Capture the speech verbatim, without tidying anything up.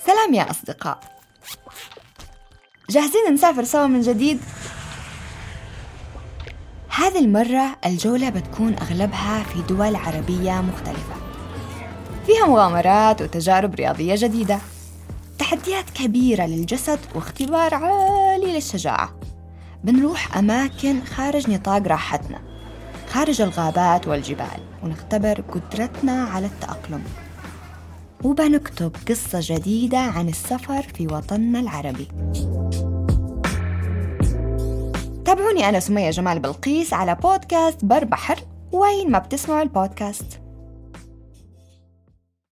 سلام يا أصدقاء، جاهزين نسافر سوا من جديد؟ هذه المرة الجولة بتكون أغلبها في دول عربية مختلفة، فيها مغامرات وتجارب رياضية جديدة، تحديات كبيرة للجسد واختبار عالي للشجاعة. بنروح أماكن خارج نطاق راحتنا، خارج الغابات والجبال، ونختبر قدرتنا على التأقلم، وبنكتب قصة جديدة عن السفر في وطننا العربي. تابعوني أنا سمية جمال بلقيس على بودكاست بر بحر، وين ما بتسمعوا البودكاست.